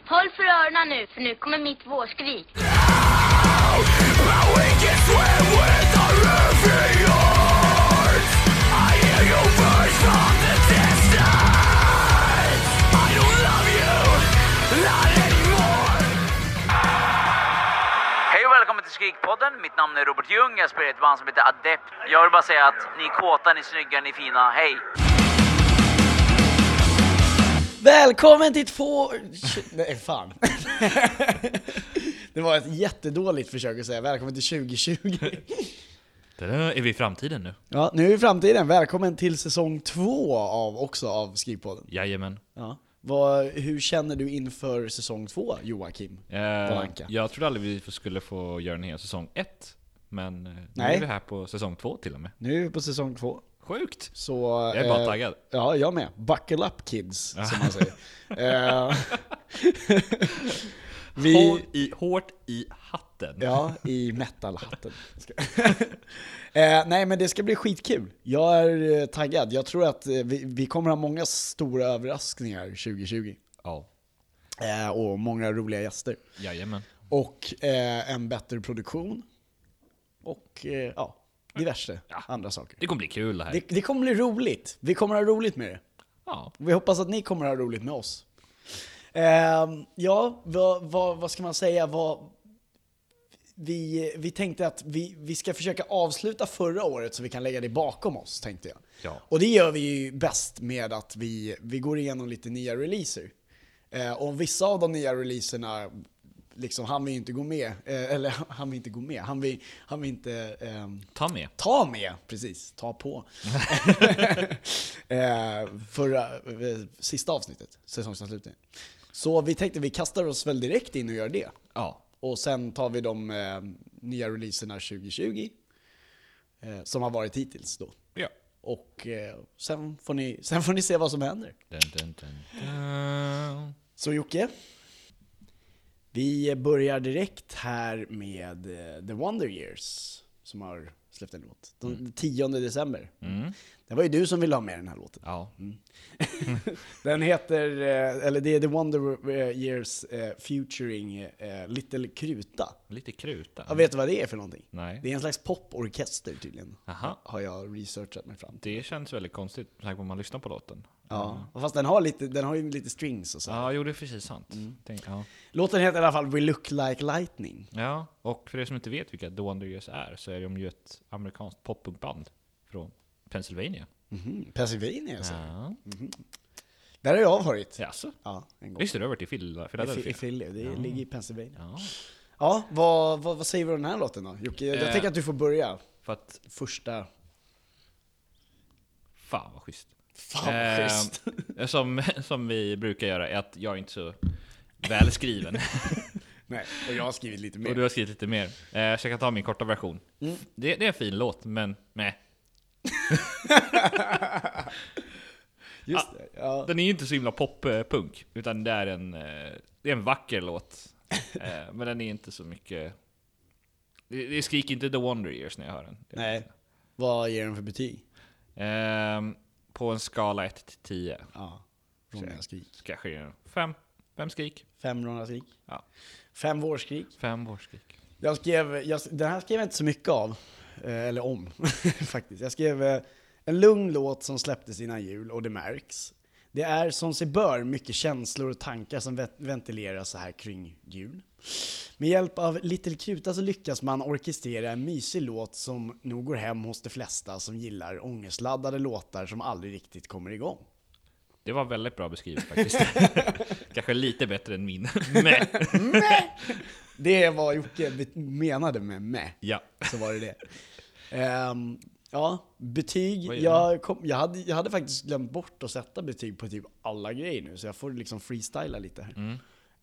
Håll för öronen nu, för nu kommer mitt vårskrik. Hej och välkommen till Skrikpodden. Mitt namn är Robert Ljung. Jag spelar i ett band som heter Adept. Jag vill bara säga att ni är kåta, ni är snygga, ni är fina. Hej! Välkommen till Nej, fan. Det var ett jättedåligt försök att säga välkommen till 2020. Är vi i framtiden nu? Ja, nu är vi i framtiden. Välkommen till säsong 2 av Skrikpodden. Jajamän. Ja. Hur känner du inför säsong 2, Joakim? Jag trodde aldrig vi skulle få göra en hel säsong 1. Men nu Nej. är vi här på säsong 2 till och med. Nu är vi på säsong 2. Sjukt! Så, Jag är bara taggad. Ja, jag med. Buckle up kids, som man säger. Hårt i hatten. Ja, i metalhatten. Nej, men det ska bli skitkul. Jag är taggad. Jag tror att vi kommer ha många stora överraskningar 2020. Ja. Och många roliga gäster. Jajamän. Och en bättre produktion. Och diverse andra saker. Det kommer bli kul det här. Det kommer bli roligt. Vi kommer ha roligt med det. Ja. Vi hoppas att ni kommer ha roligt med oss. Vad ska man säga? Vi tänkte att vi ska försöka avsluta förra året så vi kan lägga det bakom oss, tänkte jag. Ja. Och det gör vi ju bäst med att vi går igenom lite nya releaser. Och vissa av de nya releaserna liksom han vill inte gå med, eller han vill inte gå med, han vill inte ta med, precis, ta på. Sista avsnittet, säsongsavslutningen. Så vi tänkte vi kastar oss väl direkt in och gör det. Ja. Och sen tar vi de nya releaserna 2020 som har varit hittills då. Ja. Och sen får ni se vad som händer. Dun. Så Jocke, vi börjar direkt här med The Wonder Years som har släppt en låt. Den 10 december. Det var ju du som ville ha med den här låten. Ja. Den heter, eller det är The Wonder Years featuring Little Kruta. Lite kruta. Jag vet du vad det är för någonting? Nej. Det är en slags poporkester tydligen. Aha. Har jag researchat mig fram till. Det känns väldigt konstigt när man lyssnar på låten. Ja. Fast den har ju lite strings och så. Ja, jo, det är precis sant. Ja. Låten heter i alla fall We Look Like Lightning. Ja, och för er som inte vet vilka The Wonder Years är, så är de ju ett amerikanskt poppunkband från Pennsylvania. Pennsylvania alltså. Ja. Där har jag varit. Jaså? Ja, en gång. Visst är du över till Philadelphia? I Philly, det ligger i Pennsylvania. Ja. Ja, vad säger vi om den här låten då? Jocke, jag tänker att du får börja. För att, Första. fan vad schysst. Schysst. Som vi brukar göra är att jag är inte så välskriven. Nej, och jag har skrivit lite mer. Och du har skrivit lite mer. Så jag kan ta min korta version. Det är en fin låt, men nej. Just det, ja. Den är ju inte så himla poppunk, utan det är en vacker låt. Men den är inte så mycket. Det skriker inte The Wonder Years när jag hör den. Nej. Vad ger den för betyg? På en skala 1-10. Ja. Ronja skrik. Ska jag ge den 5 skrik. 5 Ronja skrik. Ja. 5 vårskrik. 5 vårskrik. Den här skrev jag inte så mycket av. Eller om, faktiskt. Jag skrev en lugn låt som släpptes innan jul, och det märks. Det är som sig bör mycket känslor och tankar som ventileras så här kring jul. Med hjälp av Little Kruta så lyckas man orkestrera en mysig låt som nog går hem hos de flesta som gillar ångestladdade låtar som aldrig riktigt kommer igång. Det var väldigt bra beskrivet faktiskt. Kanske lite bättre än min. Det är vad Jocke menade med. Ja. Så var det. Ja, betyg. Jag hade faktiskt glömt bort att sätta betyg på typ alla grejer nu, så jag får liksom freestyla lite här.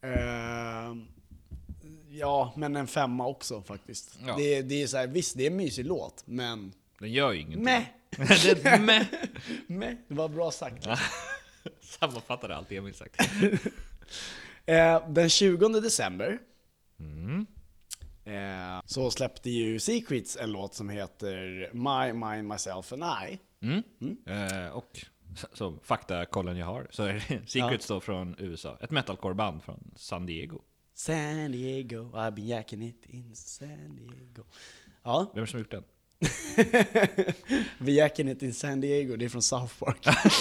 Ja, men en 5 också faktiskt. Ja. Det är så här, visst det är en mysig låt, men Den gör ju ingenting. Det var bra sagt. Sammanfattar allt Emil sagt. Den 20 december så släppte ju Secrets en låt som heter My Mind, Myself and I. Och så faktakollen jag har, så är det Secrets då från USA. Ett metalcore-band från San Diego. San Diego, I've been jacking it in San Diego. Ja. Vem som gjort den? Vi jacking it in San Diego, det är från South Park.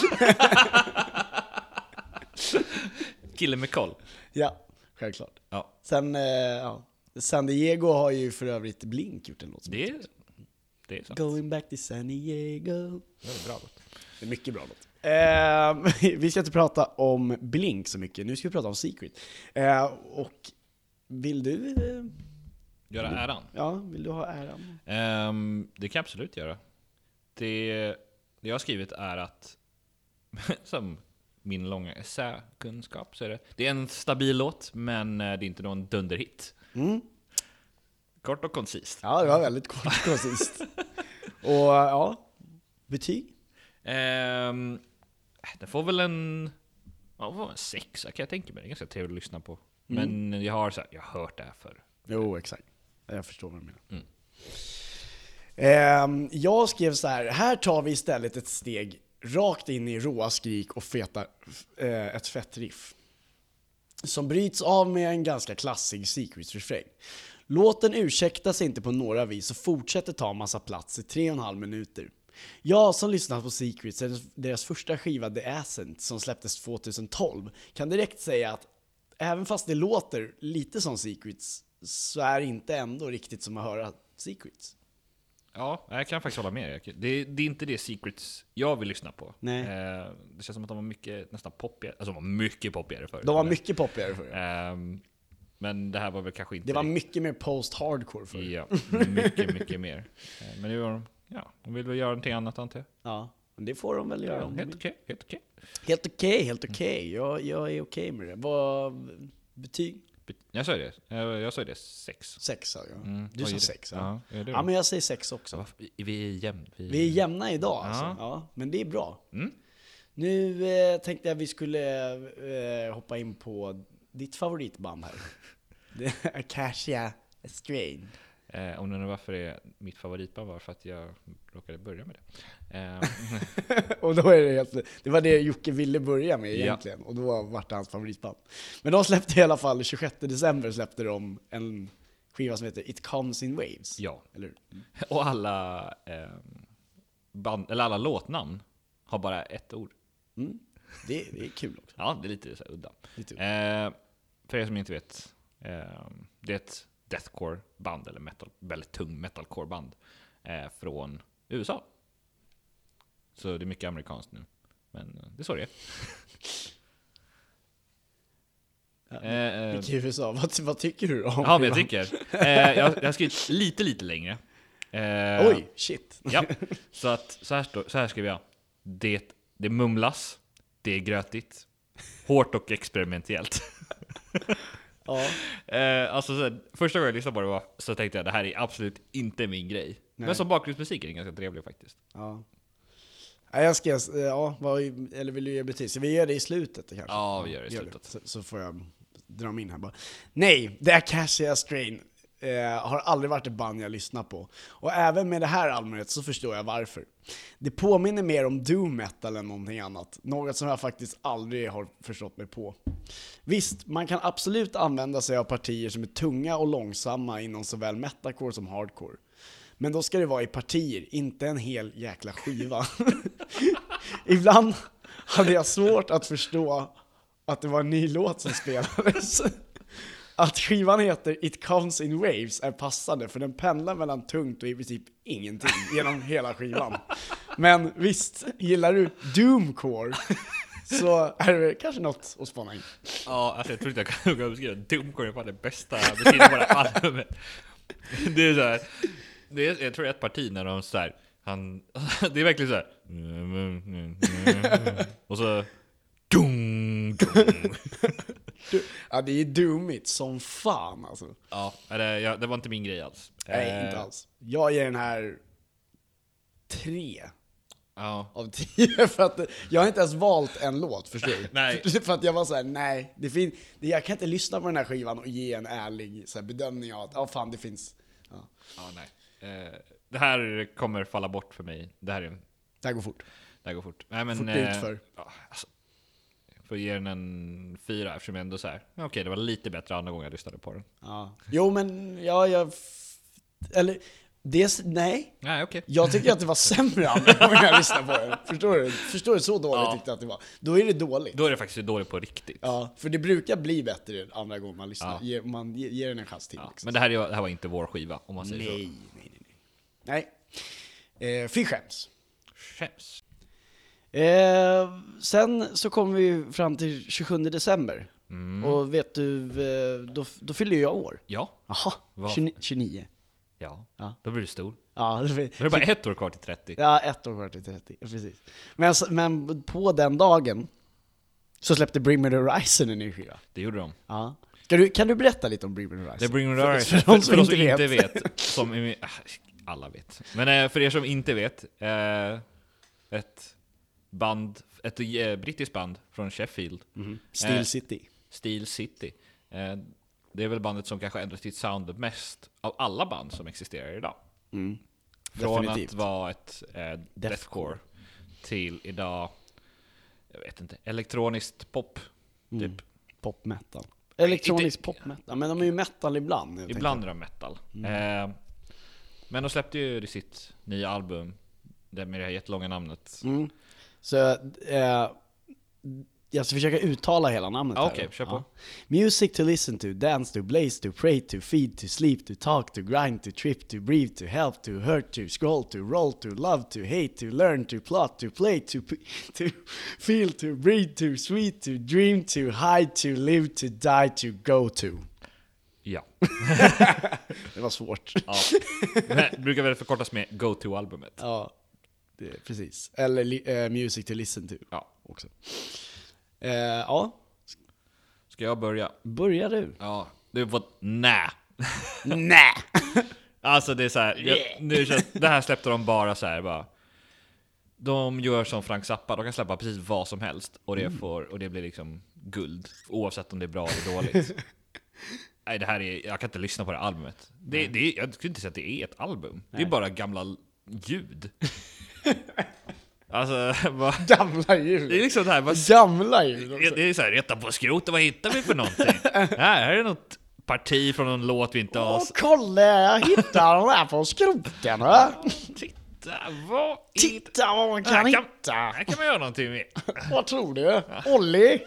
Kille med koll. Ja, självklart. Ja. Sen, San Diego har ju för övrigt Blink gjort en låt som Det är sant. Going back to San Diego. Det är bra låt. Det är mycket bra låt. Vi ska inte prata om Blink så mycket. Nu ska vi prata om Secret. Och vill du... Göra äran? Ja, vill du ha äran? Det kan jag absolut göra. Det jag har skrivit är att som min långa essäkunskap så är det är en stabil låt, men det är inte någon dunderhit. Kort och koncist. Ja, det var väldigt kort och koncist. Och ja, betyg? Det får väl en 6, kan jag tänka mig. Det är ganska trevligt att lyssna på. Men jag har hört det här förr. Jo, exakt. Jag förstår vad du menar. Jag skrev så här: här tar vi istället ett steg rakt in i råa skrik och ett fett riff som bryts av med en ganska klassisk Secrets-refräng. Låten ursäktas inte på några vis och fortsätter ta massa plats i 3,5 minuter. Jag som lyssnat på Secrets, deras första skiva The Ascent som släpptes 2012, kan direkt säga att även fast det låter lite som Secrets så är det inte ändå riktigt som att höra Secrets. Ja, jag kan faktiskt hålla med. Det är inte det Secrets jag vill lyssna på. Nej. Det känns som att de var nästan poppigare. Alltså de var mycket poppigare förr. De var mycket poppigare förr. Men det här var väl kanske inte... Det var mycket mer post-hardcore förr. Ja, mycket mer. Men nu var de vill väl göra någonting annat, antar jag. Ja, men det får de väl göra. Ja, helt okej. Helt okej. Jag är okej med det. Vad betyg? Jag sa det 6. 6 sa jag. Du sa 6. Ja, Ja, men jag säger 6 också. Vi är jämna. Vi är jämna idag alltså. Ja, men det är bra. Nu tänkte jag vi skulle hoppa in på ditt favoritband här. Det är Acacia Strain. Om det nu varför det är mitt favoritband var för att jag råkade börja med det. Och då är det var det Jocke ville börja med egentligen. Och då var det hans favoritband. Men de släppte i alla fall 26 december släppte de en skiva som heter It Comes in Waves. Ja. Eller? Och alla alla låtnamn har bara ett ord. Det är kul också. Ja, det är lite så här udda. För er som inte vet, det är ett deathcore-band eller väldigt tung metalcore-band från USA. Så det är mycket amerikanskt nu. Men det är så det är. Mycket USA. Vad tycker du om? Ja, men jag tycker. Jag har skrivit lite längre. Oj, shit. Ja, så här skriver jag. Det mumlas, det är grötigt, hårt och experimentellt. Ja. Alltså första gången jag lyssnade på det så tänkte jag det här är absolut inte min grej. Nej. Men som bakgrundsmusik är det ganska trevlig faktiskt. Ja. Jag ska, eller vill du ge betyg? Så vi gör det i slutet kanske? Ja, vi gör det i slutet. Så får jag dra mig in här bara. Nej, det är Acacia Strain. Har aldrig varit ett band jag lyssnar på. Och även med det här albumet så förstår jag varför. Det påminner mer om doom metal än någonting annat. Något som jag faktiskt aldrig har förstått mig på. Visst, man kan absolut använda sig av partier som är tunga och långsamma inom såväl metalcore som hardcore. Men då ska det vara i partier, inte en hel jäkla skiva. Ibland hade jag svårt att förstå att det var en ny låt som spelades. Att skivan heter It Comes in Waves är passande, för den pendlar mellan tungt och i princip ingenting genom hela skivan. Men visst, gillar du doomcore så är det kanske något att spana in. Ja, alltså jag tror inte jag kan beskriva doomcore på det bästa beskrivningen på det här albumet. Det är så här, jag tror det är ett parti när de så här, det är verkligen så här. Och så Ja, det är doomigt som fan alltså. Ja, det var inte min grej alls. Nej, inte alls. Jag ger den här 3 av 10 för att jag har inte ens valt en låt, förstår du? Nej. För att jag var så här: nej, jag kan inte lyssna på den här skivan och ge en ärlig så här bedömning av att fan det finns. Ja, nej. Det här kommer falla bort för mig. Det här går fort. Det här går fort. Nej, men, Fort utför. Ja, alltså, för att ge den en 4 eftersom jag ändå så här. Okej, det var lite bättre andra gången jag lyssnade på den. Ja. Jo, men eller nej. Nej, okej. Jag tycker att det var sämre andra gången jag lyssnade på den. Förstår du så dåligt tyckte jag att det var. Då är det dåligt. Då är det faktiskt dåligt på riktigt. Ja, för det brukar bli bättre andra gången man lyssnar. Ja. Man ger den en chans till. Ja, Liksom. men det här var inte vår skiva, om man säger så. Nej. Fy skäms. Skäms. Sen så kommer vi fram till 27 december. Och vet du, då fyller jag år. Ja. Jaha, Varför? 29. Ja. Ja. Då blir du stor. Ja, Då är det bara ett år kvar till 30. Ja, 1 år kvar till 30, precis. Men på den dagen så släppte Bring Me The Horizon en ny skiva. Det gjorde de. Ja. Kan du berätta lite om Bring Me The Horizon? Det Bring Me The Horizon. För de som för de som inte inte vet. vet. Som alla vet. Men för er som inte vet. Ett brittiskt band från Sheffield. Steel City. Det är väl bandet som kanske ändrat sitt sound mest av alla band som existerar idag. Från Definitivt. att vara ett deathcore till idag, jag vet inte, elektroniskt pop typ. Pop metal. Elektronisk Inte- pop metal. Men de är ju metal ibland. jag Ibland är de metal. Men de släppte ju sitt nya album med det här jättelånga namnet. tänker. Så jag ska försöka uttala hela namnet här. Okej, kör på. Music to listen to, dance to, blaze to, pray to, feed to, sleep to, talk to, grind to, trip to, breathe to, help to, hurt to, scroll to, roll to, love to, hate to, learn to, plot to, play to, feel to, breathe to, sweet to, dream to, hide to, live to, die to, go to. Ja. Det var svårt. Ja. Det brukar väl förkortas med Go-To-albumet. Ja, precis. Eller music to listen to. Ja. Också. Ja, Ska jag börja? börja du. Ja, du har fått nä. Nej. Alltså det är så här, det här släppte de bara så här bara. De gör som Frank Zappa, de kan släppa precis vad som helst och det blir liksom guld oavsett om det är bra eller dåligt. Nej, det här jag kan inte lyssna på det här albumet. Jag skulle inte säga att det är ett album. Det är bara gamla ljud. Alltså, Gamla ljud. det är liksom det här. Gamla ljud också. Det är så här, rätta på skrotet, vad hittar vi för någonting? Här är något parti från någon låt vi inte har... Kolla, jag hittar den här på skroten. Va? Titta, vad... Titta vad man kan hitta. Här kan man göra någonting med. Vad tror du? Olli?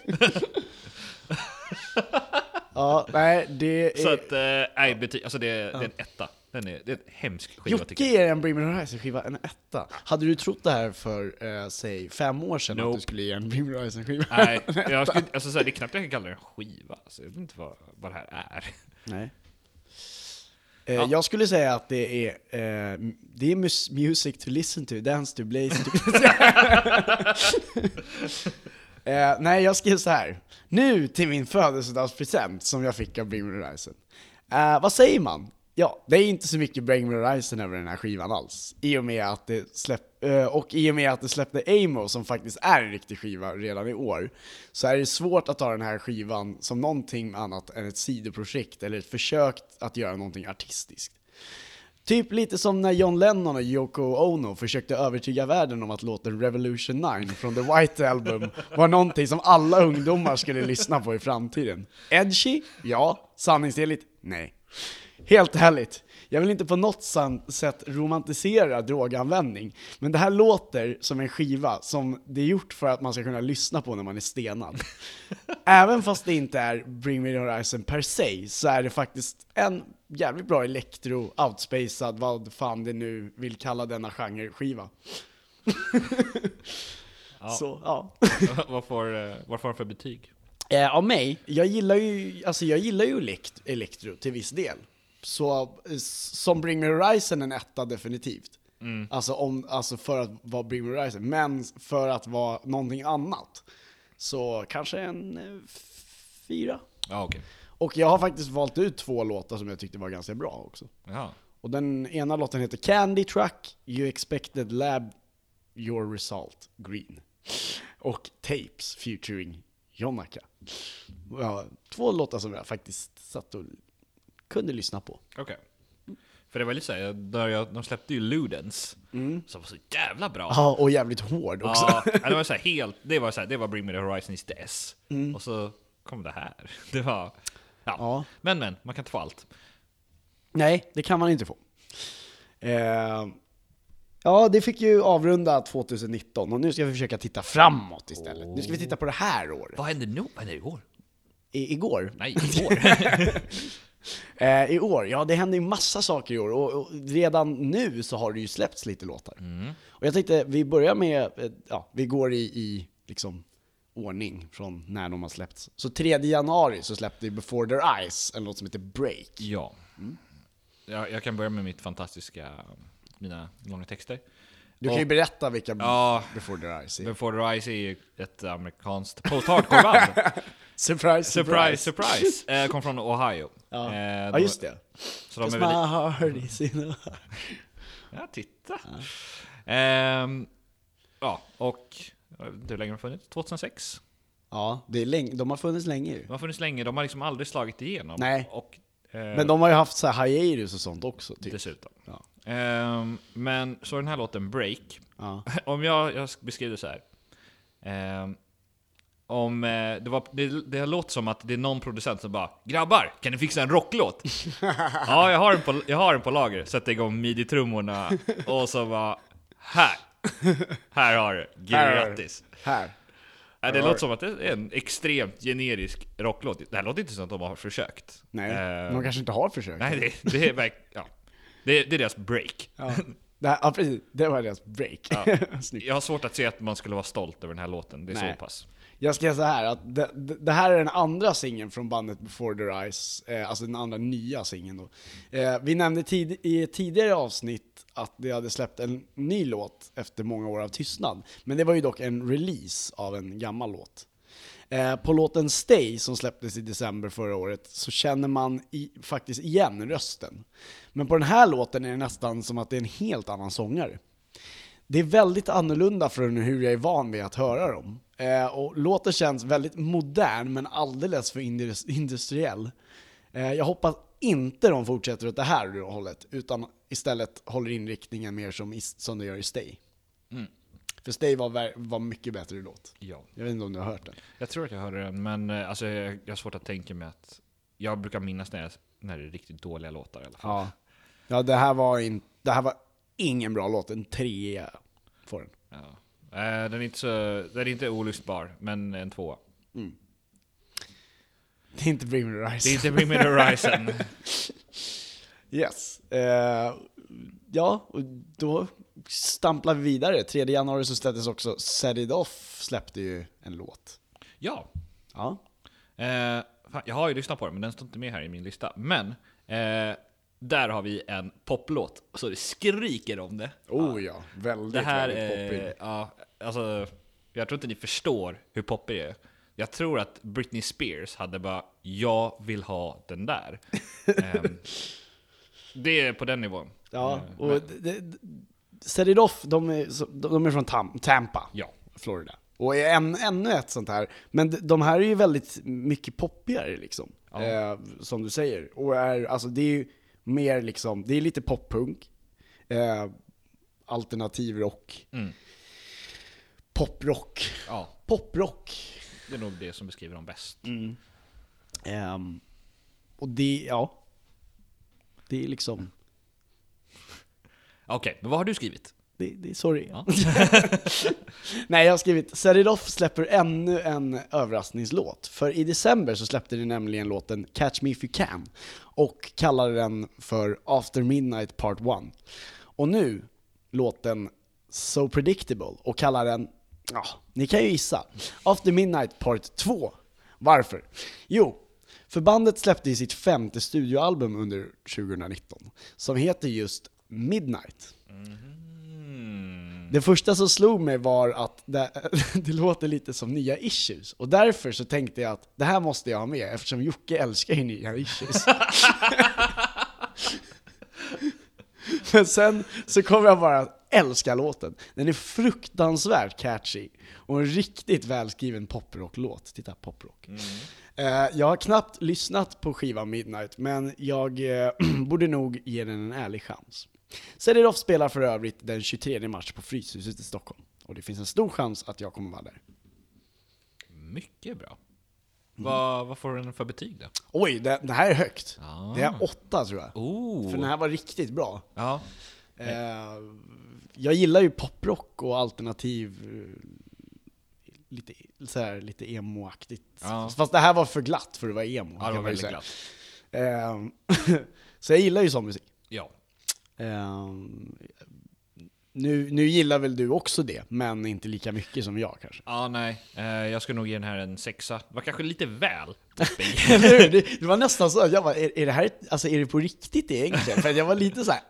Ja, nej, det är... Så att, nej, alltså det är en etta. Det är en hemsk skiva tycker Jocke jag. ger en Bring Me The Horizon-skiva en etta. Hade du trott det här för, säg, 5 år sedan Nope. att du skulle ge en Bring Me The Horizon-skiva? Nej, jag skulle, alltså, så här, det är knappt jag kan kalla det en skiva. Alltså, jag vet inte vad det här är. Nej. Jag skulle säga att det är music to listen to, dance to, blaze to. Nej, jag skrev så här. Nu till min födelsedagspresent som jag fick av Bring Me The Horizon. Vad säger man? Ja, det är inte så mycket Bring Me The Horizon över den här skivan alls. I och med att det släppte Amo, som faktiskt är en riktig skiva redan i år, så är det svårt att ta den här skivan som någonting annat än ett sidoprojekt eller ett försök att göra någonting artistiskt. Typ lite som när John Lennon och Yoko Ono försökte övertyga världen om att låten Revolution 9 från The White Album var någonting som alla ungdomar skulle lyssna på i framtiden. Edgy? Ja. Sanningsenligt? Nej. Helt ärligt, jag vill inte på något sätt romantisera droganvändning, men det här låter som en skiva som det är gjort för att man ska kunna lyssna på när man är stenad. Även fast det inte är Bring Me The Horizon per se, så är det faktiskt en jävligt bra elektro, outspacad, vad fan det nu vill kalla denna genre-skiva. Ja. Så, ja. Vad får de för betyg? Av mig, jag gillar ju elektro till viss del. Så som Bring Me The Horizon en etta definitivt. Alltså för att vara Bring Me The Horizon, men för att vara någonting annat så kanske en 4. Ja, okej. Och jag har faktiskt valt ut 2 låtar som jag tyckte var ganska bra också. Jaha. Och den ena låten heter Candy Truck, You Expected Lab, Your Result, Green. Och Tapes featuring Jonaka. Ja, 2 låtar som jag faktiskt satt och kunde lyssna på. Okej. För det var lite såhär, de släppte ju Ludens som var så jävla bra. Ja, och jävligt hård också. Ja, det var så här helt, det var Bring Me The Horizon is dess. Och så kom det här. Det var, Ja. Men, man kan inte få allt. Nej, det kan man inte få. Ja, det fick ju avrunda 2019 och nu ska vi försöka titta framåt istället. Nu ska vi titta på det här året. Vad hände nu? Vad hände igår? Igår? Nej, igår. I år, ja det händer ju massa saker i år och redan nu så har det ju släppts lite låtar. Och jag tänkte vi börjar med, vi går i liksom ordning från när de har släppts. Så 3 januari så släppte vi Before Their Eyes en låt som heter Break. Ja. Jag kan börja med mina långa texter. Du kan ju berätta vilka Before Their Eyes är. Before Their Eyes är ju ett amerikanskt post-hardcore-band. Surprise! Kom från Ohio. Ja, just det. Så de är my väl... heart is in a... Ja, titta. Och hur länge har de funnits? 2006? Ja, det är länge. De har funnits länge ju. De har funnits länge, de har liksom aldrig slagit igenom. Nej. Och, men de har ju haft så här hiatus och sånt också typ. Dessutom. Ja. Men så den här låten Break. Ja. Om jag beskriver det så här. Det låter som att det är någon producent som bara grabbar, kan ni fixa en rocklåt? Ja, jag har den på lager. Sätter igång midi-trummorna och så bara här har du, grattis. Här. Det låter som att det är en extremt generisk rocklåt. Det här låter inte som att de har försökt. Nej, de kanske inte har försökt. Nej, det är deras break. Ja, precis. Det var deras break. Ja. Jag har svårt att se att man skulle vara stolt över den här låten. Det är så pass. Jag ska säga så här att det här är den andra singeln från bandet Before Their Eyes, alltså den andra nya singeln då. Vi nämnde i tidigare avsnitt att det hade släppt en ny låt efter många år av tystnad. Men det var ju dock en release av en gammal låt. På låten Stay som släpptes i december förra året så känner man faktiskt igen rösten. Men på den här låten är det nästan som att det är en helt annan sångare. Det är väldigt annorlunda från hur jag är van vid att höra dem. Och låten känns väldigt modern men alldeles för industriell. Jag hoppas inte de fortsätter åt det här hållet utan istället håller inriktningen mer som de gör i Stay. För Stay var mycket bättre låt. Ja. Jag vet inte om du har hört den. Jag tror att jag hörde den, men alltså, jag har svårt att tänka mig att... Jag brukar minnas när det är riktigt dåliga låtar i alla fall. Ja, det här var ingen bra låt. En 3 får den. Ja. Den är inte olyssbar, men en 2. Det är inte Bring Me The Horizon. Det är inte Bring Me The Horizon. Yes. Ja, och då stamplar vi vidare. 3 januari så släpptes också Set It Off släppte ju en låt. Ja. Fan, jag har ju lyssnat på den, men den står inte med här i min lista. Men där har vi en poplåt, så det skriker om det. Ja, väldigt, det här väldigt poppig. Alltså, jag tror inte ni förstår hur poppig det är. Jag tror att Britney Spears hade bara, jag vill ha den där. Det är på den nivån. Ja, och Set It Off, de är från Tampa, Florida. Och är ännu ett sånt här. Men de här är ju väldigt mycket poppigare liksom. Som du säger. Och alltså det är ju mer liksom, det är lite poppunk. Alternativ rock. Poprock. Ja. Poprock. Det är nog det som beskriver dem bäst. Och det är liksom... Okej, men vad har du skrivit? Det sorry. Ja. Nej, jag har skrivit Set It Off släpper ännu en överraskningslåt. För i december så släppte de nämligen låten Catch Me If You Can och kallade den för After Midnight Part 1. Och nu låten So Predictable och kallar den, ni kan ju gissa, After Midnight Part 2. Varför? Jo, för bandet släppte i sitt 5:e studioalbum under 2019 som heter just Midnight. Det första som slog mig var att det låter lite som nya Issues. Och därför så tänkte jag att det här måste jag ha med eftersom Jocke älskar ju nya Issues. Men sen så kommer jag bara att älska låten. Den är fruktansvärt catchy och en riktigt välskriven poprock-låt. Titta, poprock. Jag har knappt lyssnat på skivan Midnight, men jag borde nog ge den en ärlig chans. Sederoff spelar för övrigt den 23 mars på Fryshuset i Stockholm. Och det finns en stor chans att jag kommer vara där. Mycket bra. Vad får den för betyg då? Oj, det här är högt. Ah. Det är 8 tror jag. Oh. För den här var riktigt bra. Ja. Jag gillar ju poprock och alternativ, lite emo-aktigt. Ja. Fast det här var för glatt för att vara emo. Ja, det var väldigt glatt. Så jag gillar ju sån musik. Ja. Nu gillar väl du också det, men inte lika mycket som jag kanske. Ja, nej. Jag ska nog ge den här en 6. Det var kanske lite väl. Det var nästan så, jag bara, är det här, alltså är det på riktigt egentligen? För jag var lite så här.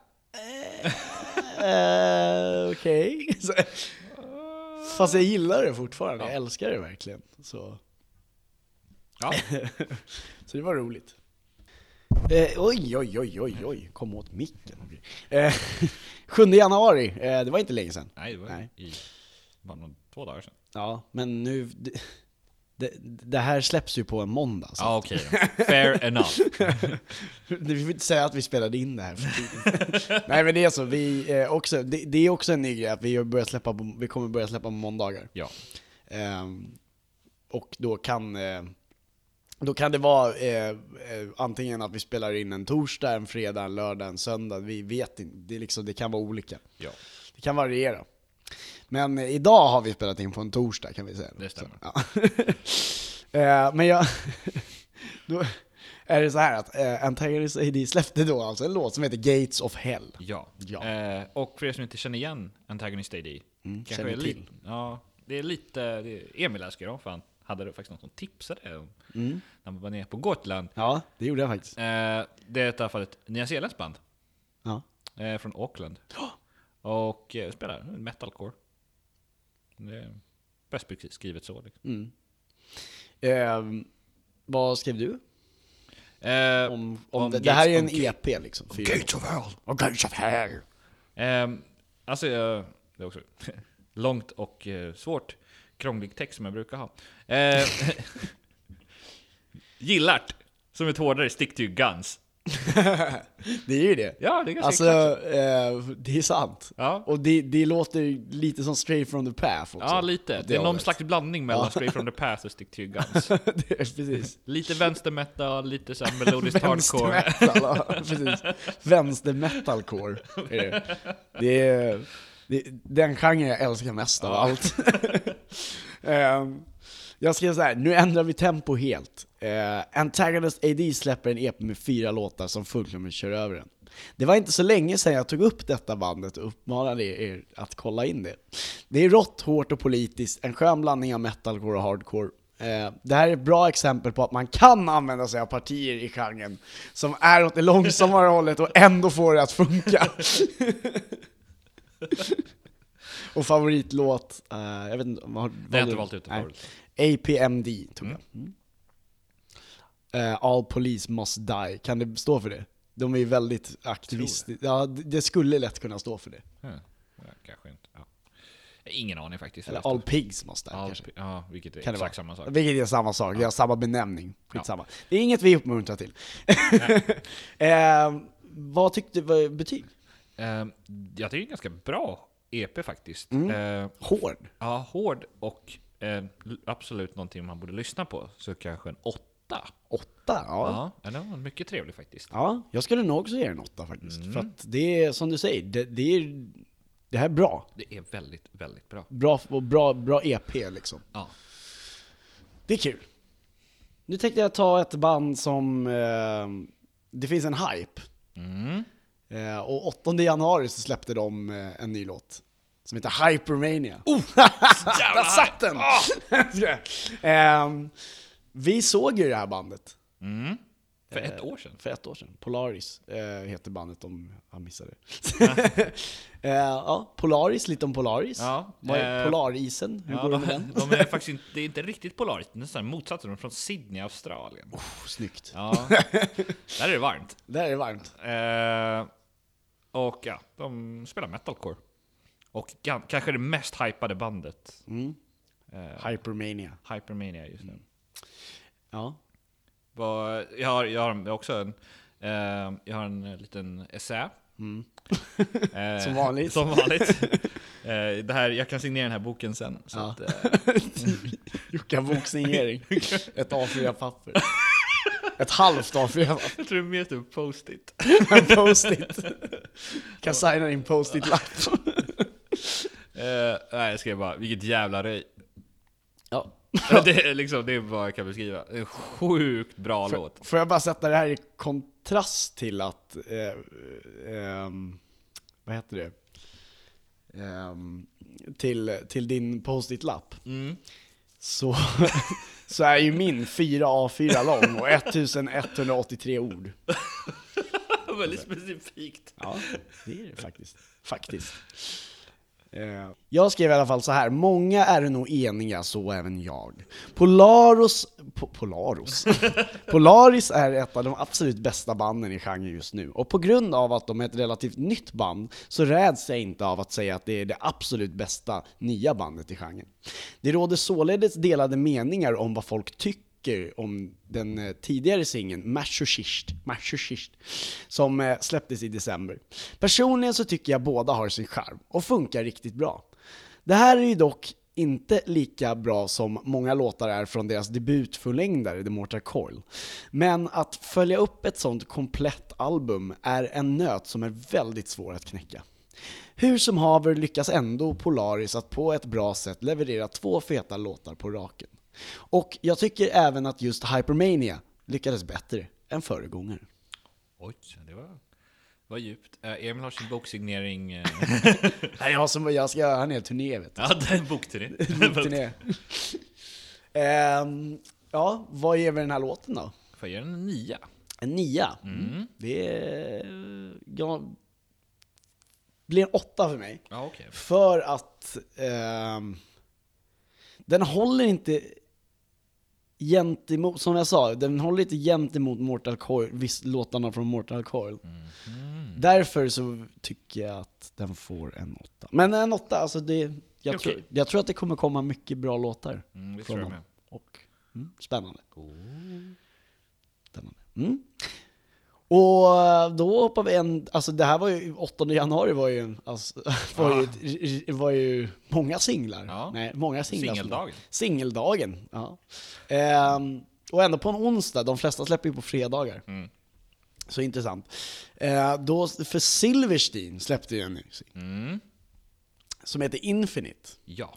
Okej. Fast jag gillar det fortfarande, jag älskar det verkligen. Så. Ja. Så det var roligt. Oj, kom åt micken. 7 januari, det var inte länge sedan. Nej, det var bara 2 dagar sedan. Ja, men nu det här släpps ju på en måndag. Ja, okej då. Fair enough. Vi får inte säga att vi spelade in det här för tidigt. Nej, men det är så, det är också en ny grej att vi kommer börja släppa på måndagar. Ja. Och då kan det vara antingen att vi spelar in en torsdag, en fredag, en lördag, en söndag. Vi vet inte, det kan vara olika. Ja. Det kan variera. Men idag har vi spelat in på en torsdag, kan vi säga. Det stämmer. Ja. Men då är det så här att Antagonist AD släppte då alltså en låt som heter Gates of Hell. Ja. Ja. Och för er som inte känner igen Antagonist AD, känner till. Ja, det är lite Emil älskar dem, för han hade faktiskt någon som tipsade om när man var nere på Gotland. Ja, det gjorde jag faktiskt. Det är i alla fall ett nyzeeländskt band. Ja. Från Auckland. Och spelar metalcore. Det är bäst skrivet så. Liksom. Vad skrev du? Om det här är en EP liksom. Gates of Hell. Gates of Hell. Alltså, det är också långt och svårt, krånglig text som jag brukar ha. Gillart, som ett hårdare stick to guns. Det är ju det. Ja, det är ganska alltså, det är sant. Ja. Och det låter lite som Straight from the Path också. Ja, lite. Det är någon slags blandning mellan Straight from the Path och Stick to Your Guns. Det är precis. Lite vänstermetal, lite så här melodisk hardcore. Vänstermetal, ja, precis. Vänstermetalcore är det. Den genren jag älskar mest av allt. Jag skrev så här: nu ändrar vi tempo helt. Antagonist AD släpper en EP med 4 låtar som fullkomligt kör över den. Det var inte så länge sedan jag tog upp detta bandet och uppmanade er att kolla in det. Det är rått, hårt och politiskt, en skön blandning av metalcore och hardcore. Det här är ett bra exempel på att man kan använda sig av partier i genren som är åt det långsammare hållet och ändå får det att funka. Och favoritlåt, jag vet inte, Det har jag inte valt ut en favorit. APMD tog jag. All Police Must Die. Kan det stå för det? De är ju väldigt aktivistiska. Ja, det skulle lätt kunna stå för det. Ja, kanske inte. Ja. Ingen aning faktiskt. Eller All Pigs Must Die kanske. Ja, vilket är Kan exakt samma sak. Vilket är samma sak. Det har samma benämning. Skitsamma. Det är inget vi uppmuntrar till. Vad tyckte du betyg? Jag tycker det är ganska bra EP faktiskt. Hård. Ja, hård och absolut någonting man borde lyssna på. Så kanske en 8. 8? Ja. Ja, det var mycket trevlig faktiskt. Ja, jag skulle nog också ge en 8 faktiskt. För att det är, som du säger, det här är bra. Det är väldigt, väldigt bra. Bra EP liksom. Ja. Det är kul. Nu tänkte jag ta ett band som det finns en hype. Och 8 januari så släppte de en ny låt som heter Hypermania. Där satt den! Vi såg ju det här bandet. För ett år sedan. För 1 år sedan. Polaris heter bandet, om jag missade det. Ja, Polaris, lite om Polaris. Ja, Vad är Polarisen? Hur går det med den? De är faktiskt inte, det är inte riktigt Polaris, nästan motsatsen, de är från Sydney, Australien. Snyggt. Ja, där är det varmt. Där är det varmt. Och ja, de spelar metalcore. Och kanske det mest hypade bandet. Hypermania. Hypermania just nu. Ja. Jag har också jag har en liten essä. Som vanligt. Som vanligt. Det här, jag kan signera den här boken sen. Så att, Jocke boksignering. Ett A4-papper. Ett halvt A4-papper. jag tror det är mer typ post-it. En post-it. Kan signa din post-it-lapp. Nej, jag skrev bara, vilket jävla röj. Ja. Det är vad jag kan beskriva. En sjukt bra låt. Får jag bara sätta det här i kontrast till att vad heter det? Till din post-it-lapp. Så är ju min 4 A4 lång och 1183 ord. Väldigt specifikt. Ja, det är det faktiskt. Jag skrev i alla fall så här: många är nog eniga, så även jag. Polaris är ett av de absolut bästa banden i genren just nu. Och på grund av att de är ett relativt nytt band så räds jag inte av att säga att det är det absolut bästa nya bandet i genren. Det råder således delade meningar om vad folk tycker om den tidigare singeln Machochist som släpptes i december. Personligen så tycker jag båda har sin charm och funkar riktigt bra. Det här är ju dock inte lika bra som många låtar är från deras debutförlängdare The Mortal Coil. Men att följa upp ett sånt komplett album är en nöt som är väldigt svår att knäcka. Hur som haver lyckas ändå Polaris att på ett bra sätt leverera 2 feta låtar på raken. Och jag tycker även att just Hypermania lyckades bättre än föregångaren. Oj, det var djupt. Emil har sin boksignering. Nej, jag ska göra en hel turné, vet du. Ja, det är en bokturné. Turné. Ja, vad ger vi den här låten då? Får jag ge den en 9? En 9? Det blir en 8 för mig. Ja, okay. För att den håller inte gentemot, som jag sa, den håller inte gentemot Mortal Coil, visst låtarna från Mortal Coil. Därför så tycker jag att den får en 8. Men en 8, alltså jag tror att det kommer komma mycket bra låtar det från tror jag dem. med. Och spännande. Och då hoppar vi alltså det här var ju 8 januari var ju många singlar. Ja. Nej, många singlar. Singeldagen. Ja. Och ändå på en onsdag, de flesta släpper ju på fredagar. Så intressant. Då för Silverstein släppte ju en ny som heter Infinite. Ja.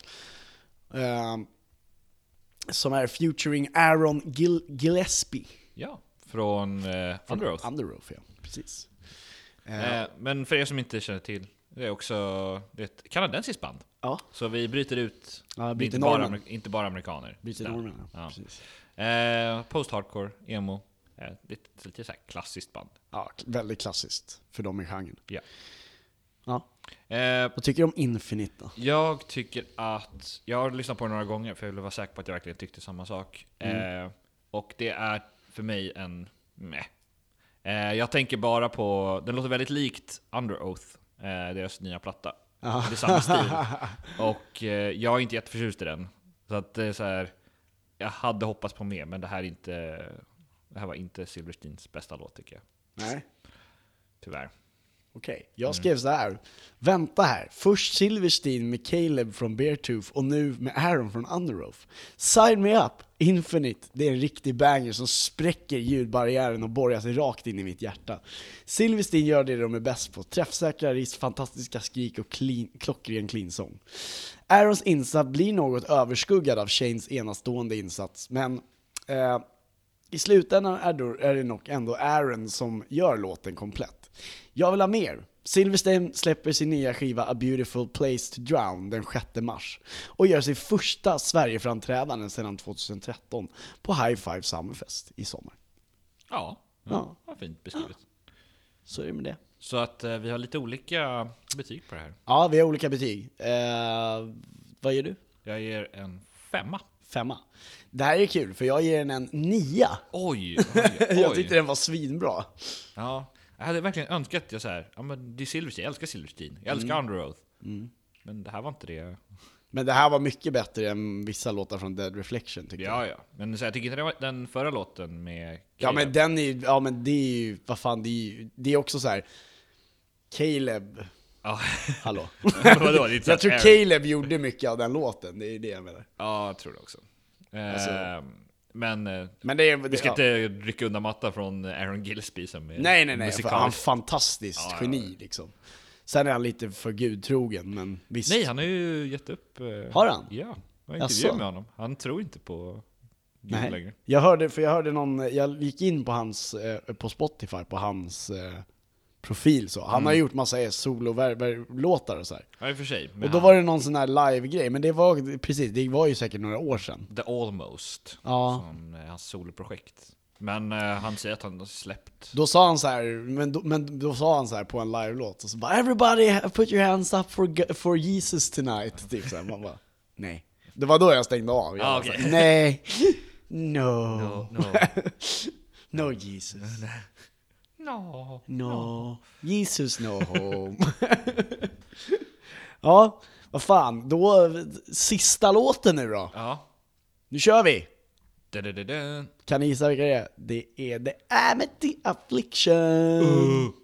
Som är featuring Aaron Gillespie. Ja, från Underoath. Underoath, ja, precis. Men för er som inte känner till, det är ett kanadensiskt band. Ja. Så vi bryter ut inte bara amerikaner. Bryter normen, ja. Precis. Post-hardcore, emo. Lite så här klassiskt band. Ja, väldigt klassiskt för dem i genren. Ja. Ja. Vad tycker du om Infinite då? Jag tycker att jag har lyssnat på det några gånger för jag vill vara säker på att jag verkligen tyckte samma sak. Och det är för mig en meh. Jag tänker bara på, den låter väldigt likt Underoath, deras nya platta. Det är samma stil. Och jag är inte jätteförtjust i den. Så att det är så här, jag hade hoppats på mer, men det här var inte Silversteins bästa låt, tycker jag. Nej. Tyvärr. Okej, jag skrev så här. Vänta här. Först Silverstein med Caleb från Beartooth och nu med Aaron från Underoath. Sign me up. Infinite. Det är en riktig banger som spräcker ljudbarriären och borgar sig rakt in i mitt hjärta. Silverstein gör det de är bäst på. Träffsäkra riss, fantastiska skrik och klockren clean-sång. Aarons insats blir något överskuggad av Shanes enastående insats, men i slutändan är det nog ändå Aaron som gör låten komplett. Jag vill ha mer. Silverstein släpper sin nya skiva A Beautiful Place to Drown den 6 mars och gör sin första Sverigeframträdande sedan 2013 på High Five Summerfest i sommar. Ja. Fint beskrivet. Så är det med det. Så att vi har lite olika betyg på det här. Ja, vi har olika betyg. Vad ger du? Jag ger en 5. 5. Det här är kul, för jag ger den en 9. Oj. Jag tyckte den var svinbra. Ja. Jag hade verkligen önskat det så här. Ja, men det är Silverstein, jag älskar Silverstein. Jag älskar Underoath. Men det här var inte det. Men det här var mycket bättre än vissa låtar från Dead Reflection tycker jag. Ja. Men så jag tycker inte den förra låten med Ja men den är ju, ja men det är ju, vad fan, det är också så här. Caleb. Ja. Hallå. Vadå, det är Jag tror Caleb gjorde mycket av den låten, det är det jag menar. Ja, jag tror det också. Men vi ska inte rycka undan matta från Aaron Gillespie som är nej, för han är fantastiskt geni liksom. Sen är han lite för gudtrogen, men visst. Nej, han har ju gett upp. Har han? Ja, jag har intervjuat med honom. Han tror inte på Gud längre. Jag hörde någon, jag gick in på hans på Spotify på hans profil så. Han har gjort massa solo-låtar och så här. Ja, i och för sig. Och då var det någon sån här live-grej, men det var ju säkert några år sedan. The Almost. Ja. Som hans soloprojekt. Men han säger att han har släppt. Då sa han så här, men då sa han så här på en live-låt och så bara everybody put your hands up for Jesus tonight. Typ så här, man bara nej. Det var då jag stängde av. Jag Okay. så här, nej. No. No Jesus. No. Jesus no home. Ja, vad fan. Då sista låten nu då. Ja. Nu kör vi. Da-da-da-da. Kan ni gissa vilka det är? Det är The Amity Affliction.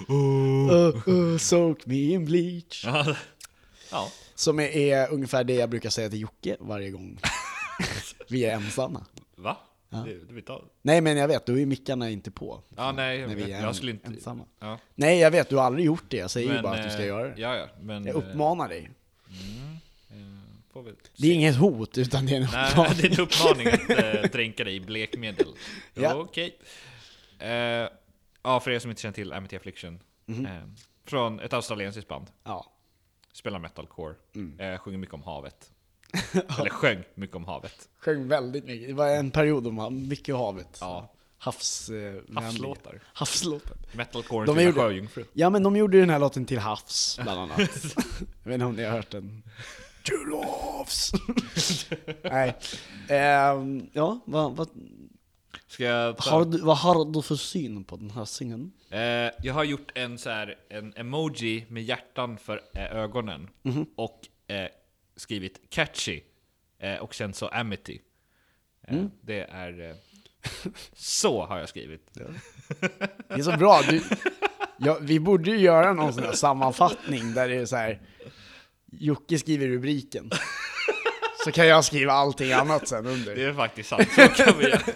Soak me in bleach. Ja. Som är ungefär det jag brukar säga till Jocke varje gång vi är ensamma. Va? Ja. Det vet jag. Nej men jag vet, då är mickarna inte på. Ja, nej, när vi är jag skulle inte ensamma. Ja. Nej jag vet, du har aldrig gjort det. Jag säger ju bara att du ska göra det. Ja, men Jag uppmanar dig. får väl Det är inget hot, utan det är en uppmaning. Nej, det är en uppmaning att dränka dig i blekmedel. Ja. Okej. Ja, för er som inte känner till Amity Affliction. Från ett australiensiskt band. Ja. Spelar metalcore. Sjunger mycket om havet. Eller sjöng mycket om havet. Sjöng väldigt mycket. Det var en period om mycket havet. Ja. Havslåtar. Metalcore De till gjorde- sjöjungfru. Ja, men de gjorde den här låten till havs, bland annat. Jag vet inte om ni har hört den. Till havs! Nej. Ja, vad Ska jag ta? vad har du för syn på den här singeln? Jag har gjort en emoji med hjärtan för ögonen. Och skrivit catchy. Och sen så Amity. Det är... så har jag skrivit. Det är så bra. Vi borde ju göra någon sån här sammanfattning där det är så här: Jocke skriver rubriken. Så kan jag skriva allting annat sen under. Det är faktiskt sant. Så kan vi göra.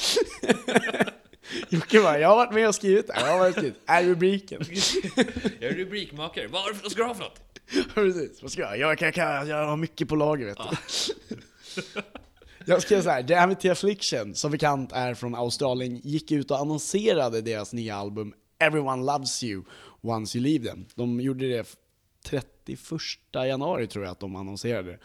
Jocke bara, jag har varit med och skrivit det här. Är rubriken. Jag är rubrikmakare. Vad ska du ha för något? Precis, vad ska jag? Jag har mycket på lager, vet du. Jag skrev så här: The Amity Affliction, som bekant är från Australien, gick ut och annonserade deras nya album Everyone Loves You Once You Leave Them. De gjorde det 31 januari tror jag att de annonserade.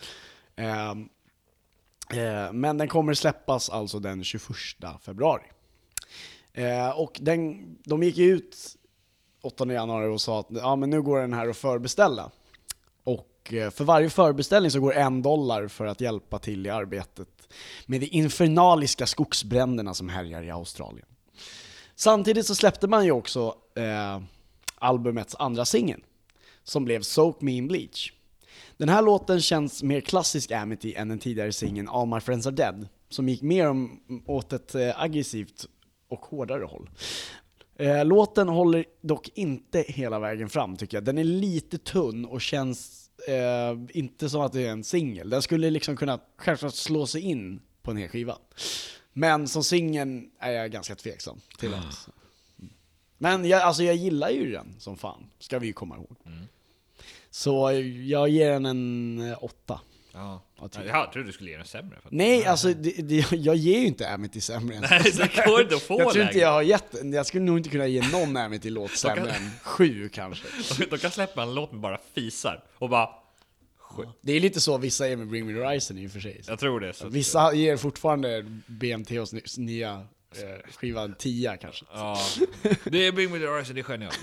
Men den kommer släppas alltså den 21 februari. Och de gick ut 8 januari och sa att ja, men nu går den här att förbeställa. Och för varje förbeställning så går $1 för att hjälpa till i arbetet med de infernaliska skogsbränderna som härjar i Australien. Samtidigt så släppte man ju också albumets andra singel, som blev Soak Me In Bleach. Den här låten känns mer klassisk Amity än den tidigare singeln All My Friends Are Dead, som gick mer åt ett aggressivt och hårdare håll. Låten håller dock inte hela vägen fram, tycker jag. Den är lite tunn och känns inte som att det är en singel. Den skulle liksom kunna självklart slå sig in på en hel skiva. Men som singeln är jag ganska tveksam till den. Men jag gillar ju den som fan, ska vi ju komma ihåg. Så jag ger den en 8. Ja. Jag trodde du skulle ge den sämre. Nej, alltså jag ger ju inte Amity sämre än. Nej, det går inte att få. Jag tror inte jag har jag skulle nog inte kunna ge någon Amity-låt sämre än 7 kanske. De kan släppa en låt med bara fisar och bara... Det är lite så vissa är med Bring Me The Horizon i och för sig. Jag tror det. Så vissa ger fortfarande BMT:s nya skiva 10 kanske. Ja, det är Bring Me The Horizon, det är genialt.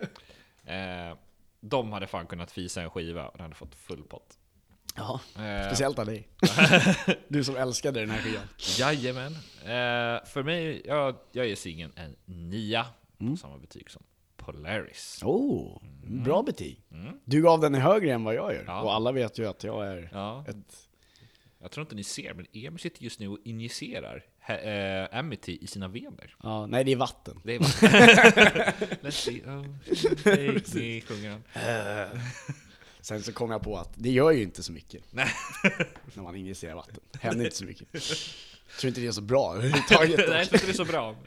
De hade fan kunnat fisa en skiva och den hade fått full pott. Ja, speciellt av dig. Du som älskade den här skivan. Jajamän. För mig, jag ger singeln en 9. Samma betyg som Polaris. Bra betyg. Du gav den högre än vad jag gör. Ja. Och alla vet ju att jag är Ja. ett... Jag tror inte ni ser, men Emil sitter just nu och injicerar Amity i sina vener. Ja, nej, det är vatten. Det är bara... Let's see, take me, sjunger han. Sen så kom jag på att det gör ju inte så mycket. Nej. När man injicerar vatten. Händer inte så mycket. Jag tror inte det är så bra överhuvudtaget. Nej, jag tror inte det är så bra.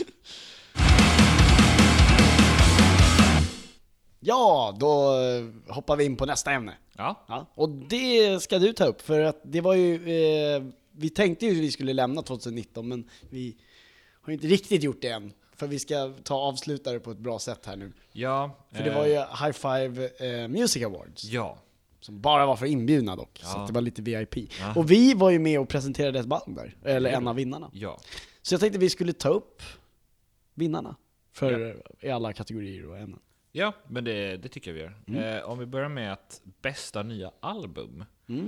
Ja, då hoppar vi in på nästa ämne. Ja. Ja, och det ska du ta upp, för att det var ju... vi tänkte ju att vi skulle lämna 2019, men vi har inte riktigt gjort det än. För vi ska avsluta det på ett bra sätt här nu. Ja. För det var ju High Five Music Awards. Ja. Som bara var för inbjudna dock, Ja. så att det var lite VIP. Ja. Och vi var ju med och presenterade ett band där, eller en av vinnarna. Ja. Så jag tänkte vi skulle ta upp vinnarna för i alla kategorier och ämnen. Ja, men det tycker jag vi gör. Om vi börjar med att bästa nya album,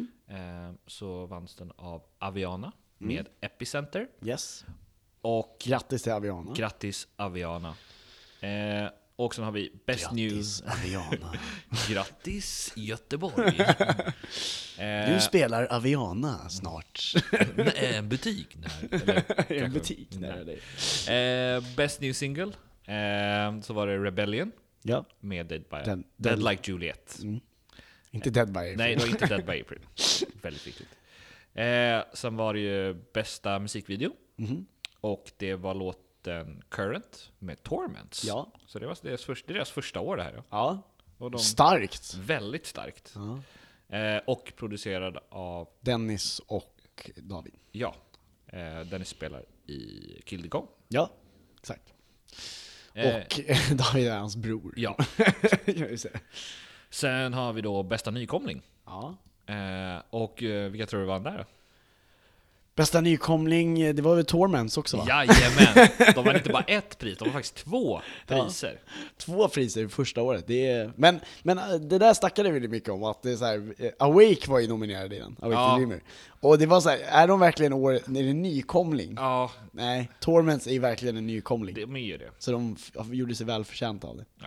så vanns den av Aviana med Epicenter. Yes. Och Grattis till Aviana. grattis Aviana. Och sen har vi Best News. Aviana. Grattis Göteborg. Du spelar Aviana snart. En butik där. En butik där. Best New Single, så var det Rebellion Ja. med Dead Den- Like Juliet. Inte Dead by April. Nej, det var inte Dead by April. Väldigt viktigt. Sen var det ju bästa musikvideo. Och det var låten Current med Torments. Ja. Så det är deras första år det här. Ja. Ja. Och de, Starkt. väldigt starkt. Och producerad av, Dennis och David. Dennis spelar i Kill the Go. Ja, exakt. Och David är hans bror. Ja. Jag vill säga. Sen har vi då bästa nykomling. Ja. Och vilka tror du vann där då? Bästa nykomling, det var väl Torments också, va? Jajamän! De vann inte bara ett pris, de var faktiskt 2 priser. 2 priser första året. Det är... men det där snackade vi mycket om, att det är så här, Awake var ju nominerad i den, Awake the Dreamer. Och det var så här, är de verkligen är det en nykomling? Ja, Nej, Torments är verkligen en nykomling. de är ju det. Så de gjorde sig väl förtjänt av det. Ja.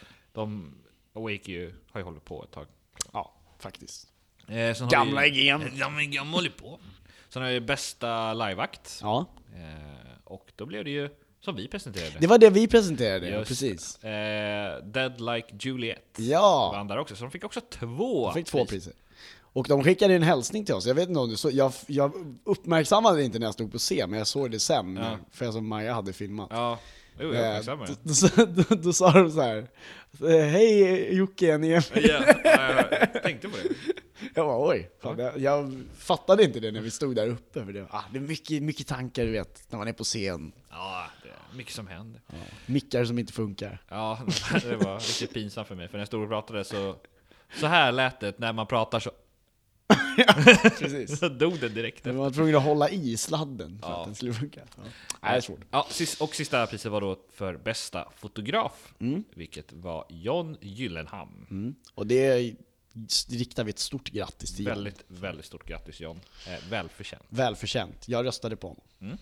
Awake har ju hållit på ett tag. Ja, faktiskt. Sen har Gamla vi, igen. Gamla håller på. Sen har vi bästa liveakt. Ja. Och då blev det ju som vi presenterade. Det var det vi presenterade, Just, precis. Dead Like Juliet. Ja. Vann där också, så de fick också 2 De fick 2 priser. Och de skickade en hälsning till oss. Jag vet inte om du så jag uppmärksammade det inte när jag stod på scen, men jag såg det sen. Ja. För jag som Maja hade filmat. Ja, jo, jag uppmärksammar det. Då sa de så här: hej Jocke, ni är med. Ja, jag tänkte på det. Jag bara, oj. Fan, jag fattade inte det när vi stod där uppe. För det är mycket tankar, du vet, när man är på scen. Ja, det är mycket som händer. Ja. Mickar som inte funkar. Ja, det var riktigt pinsamt för mig. För när jag stod och pratade så här lät det när man pratar så. Precis. Så dog den direkt. Man var tvungen att hålla i sladden för Ja. att den skulle funka. Ja. Nej, det är svårt. Ja, och sista priset var då för bästa fotograf. Vilket var John Gyllenham. Och det riktar vi ett stort grattis till John. Väldigt, väldigt stort grattis John. Välförtjänt. Välförtjänt. Jag röstade på honom.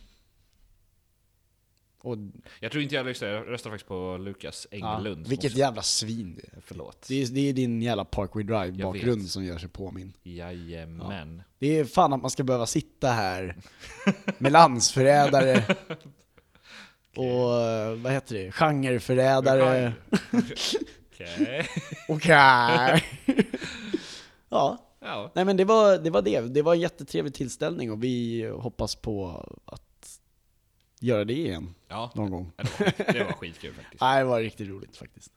Och, Jag tror inte jag röstade faktiskt på Lukas Englund. vilket jävla svin det är. Förlåt. Det är din jävla Parkway Jag Drive-bakgrund vet. som gör sig påminn. Jajamän. Det är fan att man ska behöva sitta här med landsförrädare och vad heter det? Genreförrädare. Okej. Okej. Ja. Ja. Nej, men det var det. Det var en jättetrevlig tillställning och vi hoppas på att göra det igen Ja, någon gång. det var skitkul faktiskt. Nej, det var riktigt roligt faktiskt.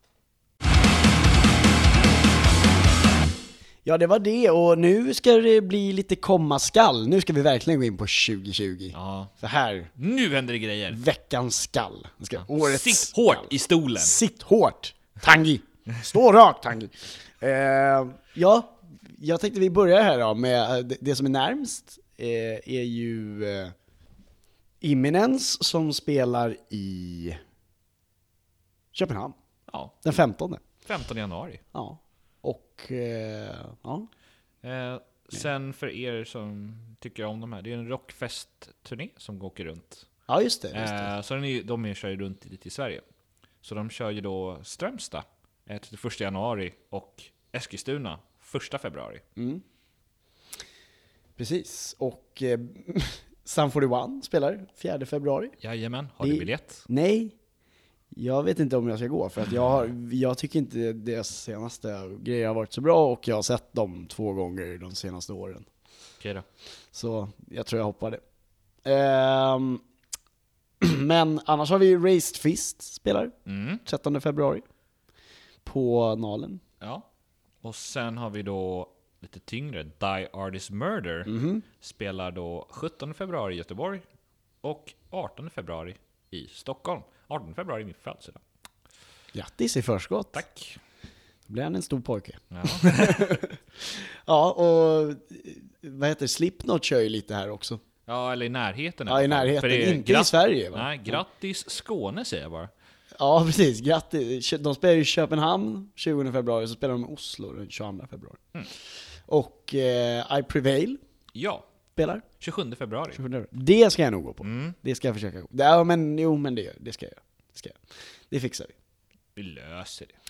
Ja, det var det, och nu ska det bli lite komma skall. Nu ska vi verkligen gå in på 2020. Ja. För här, Nu händer det grejer. veckans skall. Årets Sitt hårt skall. i stolen. Sitt hårt, Tangi. Stå rakt, Tangi. Ja, jag tänkte vi börjar här då med det som är närmst. Är ju Imminence som spelar i Köpenhamn. Ja, Den 15. 15 januari. Ja. Och ja. Sen för er som tycker om de här, det är en rockfest-turné som åker runt. Ja, just det. Så de kör ju runt lite i Sverige. Så de kör ju då Strömstad 31 januari och Eskilstuna 1 februari. Precis. Och Sun 41 spelar 4 februari. Jajamän, har du biljett? Nej, jag vet inte om jag ska gå. För att jag tycker inte deras senaste grejer har varit så bra. Och jag har sett dem 2 gånger de senaste åren. Okej då. Så jag tror jag hoppar det. Men annars har vi Raised Fist spelar 13 februari på Nalen. Ja. Och sen har vi då lite tyngre Die Artist Murder spelar då 17 februari i Göteborg och 18 februari i Stockholm. 18 februari är min födelsedag. Grattis i förskott. Tack. Då blir han en stor pojke. Ja. Ja, och vad heter Slipknot kör ju lite här också. Ja, eller i närheten. Ja, i närheten. Inte i Sverige, va? Nej, grattis Skåne säger jag bara. Ja, precis. Grattis. De spelar i Köpenhamn 20 februari, så spelar de i Oslo den 22 februari. Och I Prevail spelar 27 februari. Det ska jag nog gå på. Det ska jag försöka gå. Ja, men det ska jag. Det fixar vi. Vi löser det.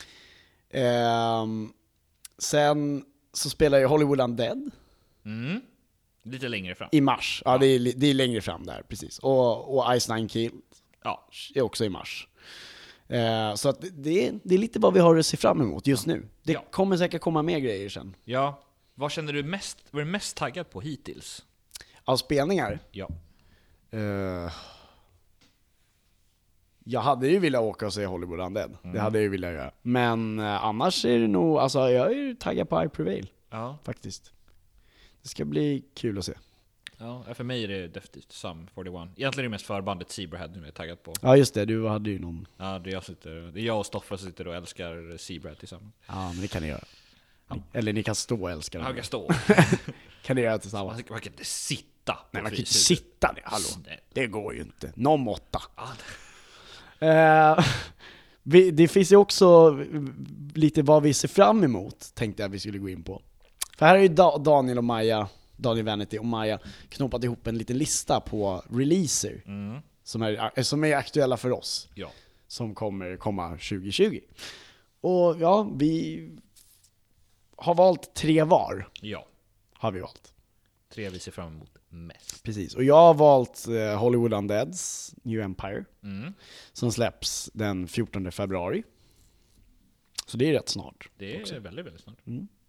Sen så spelar jag Hollywood Undead. Lite längre fram. I mars. Ja, det är längre fram där, precis. Och Ice Nine Kills är också i mars. Så att det är lite vad vi har att se fram emot just nu. Det kommer säkert komma mer grejer sen. Ja. Vad känner du var du mest taggad på hittills? Av spelningar? Ja. Jag hade ju velat åka och se Hollywood Undead. Det hade jag ju velat göra. Men annars är det nog, alltså jag är ju taggad på I Prevail. Ja. Faktiskt. Det ska bli kul att se. Ja, för mig är det definitivt Sum 41. Egentligen är det mest förbandet Zebrahead nu jag är taggad på. Ja, just det. Du hade ju någon... Ja, det är jag och Stoffer som sitter och älskar Zebrahead tillsammans. Ja, men det kan ni göra. Eller ni kan stå och älska det. Jag kan stå. Kan ni göra tillsammans? Man kan inte sitta. Nej, man kan inte sitta ner. Hallå. Det går ju inte. Någon måtta. Det finns ju också lite vad vi ser fram emot, tänkte jag vi skulle gå in på. För här är ju Daniel Vanity och Maja knoppat ihop en liten lista på releaser som är aktuella för oss. Ja. Som kommer komma 2020. Och ja, vi har valt 3 var. Ja. Har vi valt. 3 vi ser fram emot mest. Precis. Och jag har valt Hollywood Undeads New Empire. Som släpps den 14 februari. Så det är rätt snart. Det är också väldigt, väldigt snart.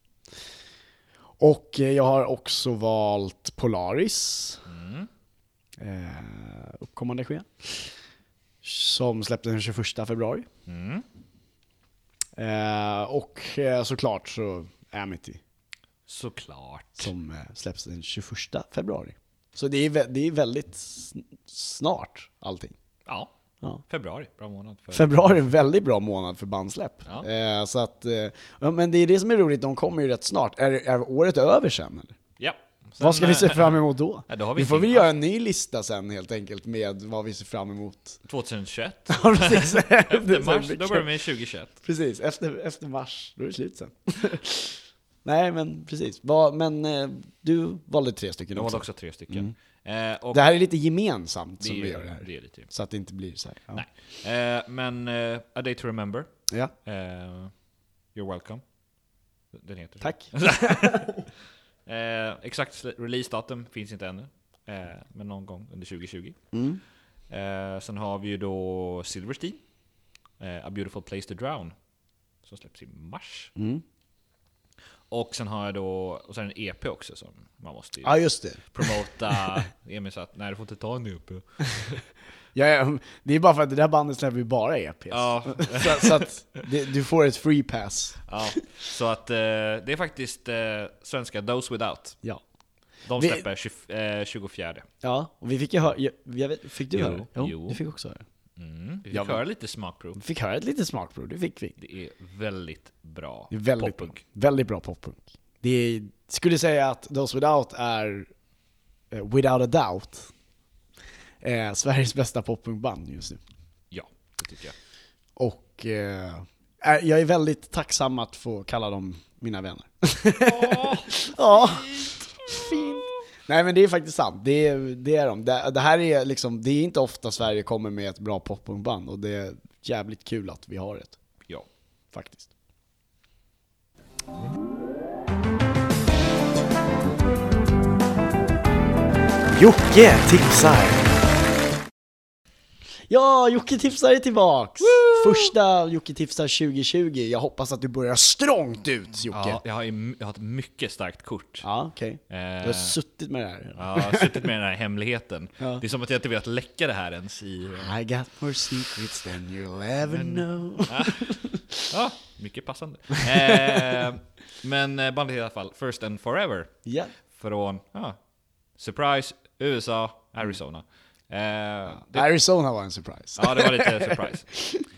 Och jag har också valt Polaris. Uppkommande ske. Som släpptes den 21 februari. Och såklart så Amity. Såklart. Som släpps den 21 februari. Så det är väldigt snart allting. Ja. Februari, bra månad. Februari är en väldigt bra månad för bandsläpp. Ja. Så att, men det är det som är roligt, de kommer ju rätt snart. Är året över sen eller? Ja. Sen, vad ska vi se fram emot då? Ja, då har vi får väl göra en ny lista sen helt enkelt med vad vi ser fram emot. 2021. Ja, precis. Efter mars, då börjar vi med 2021. Precis, efter mars, då är det slut sen. Nej, men precis. Men du valde 3 stycken också. Jag valde också 3 stycken. Och det här är lite gemensamt som vi gör det här. Det är lite. Så att det inte blir så här. Ja. Nej. Men A Day to Remember. Ja. You're welcome. Den heter. Tack. Exakt releasedatum finns inte ännu. Men någon gång under 2020. Sen har vi ju då Silverstein. A Beautiful Place to Drown. Som släpps i mars. Och sen har jag då, och sen en EP också som man måste ju just det. promota. Emil sa att nej, du får inte ta en EP. Ja, det är bara för att det där bandet släpper ju bara EPs. Ja. så att du får ett free pass. Ja, så att det är faktiskt svenska Those Without. Ja. De släpper 24. Ja, och vi fick ju höra, fick du höra? Jo. Du fick också höra. Vi fick höra lite smakprov. Vi fick höra ett litet smakprov, det fick vi. Det är väldigt bra poppunk. Väldigt bra poppunk. Skulle säga att Those Without är without a doubt Sveriges bästa poppunkband just nu. Ja, det tycker jag. Och jag är väldigt tacksam att få kalla dem mina vänner. Ja, fint. Nej, men det är faktiskt sant. Det är de. Det här är liksom, det är inte ofta Sverige kommer med ett bra poppunkband, och det är jävligt kul att vi har ett. Ja. Faktiskt. Jocke tipsar. Ja, Jocke tipsar är tillbaks. Woo! Första Jocke tipsar 2020. Jag hoppas att du börjar strångt ut, Jocke. Ja, jag har ett mycket starkt kort. Ja, okej. Du har suttit med det här. Ja, jag har suttit med den här hemligheten. Ja. Det är som att jag inte vet läcka det här ens i... I got more secrets than you'll ever know. Ja, mycket passande. Men bandet i alla fall, First and Forever. Ja. Från, surprise, USA, Arizona. Arizona var en surprise. Ja, det var lite surprise.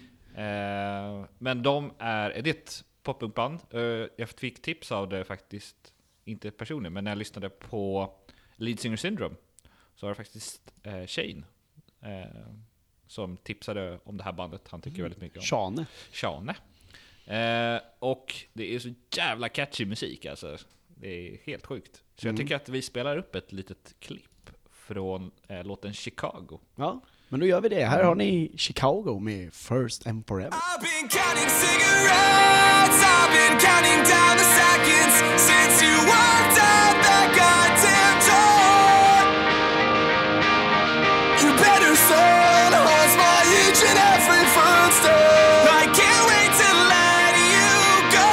Men det är ett poppunkband. Jag fick tips av det faktiskt, inte personligen, men när jag lyssnade på Lead Singer Syndrome så var det faktiskt Shane som tipsade om det här bandet. Han tycker väldigt mycket om Shane. Och det är så jävla catchy musik alltså. Det är helt sjukt. Så jag tycker att vi spelar upp ett litet klipp från låten Chicago. Ja, men då gör vi det. Här har ni Chicago med First and Forever. I've been counting cigarettes, I've been counting down the seconds since you walked out that goddamn door. You better son haunts my each and every footstep. I can't wait to let you go.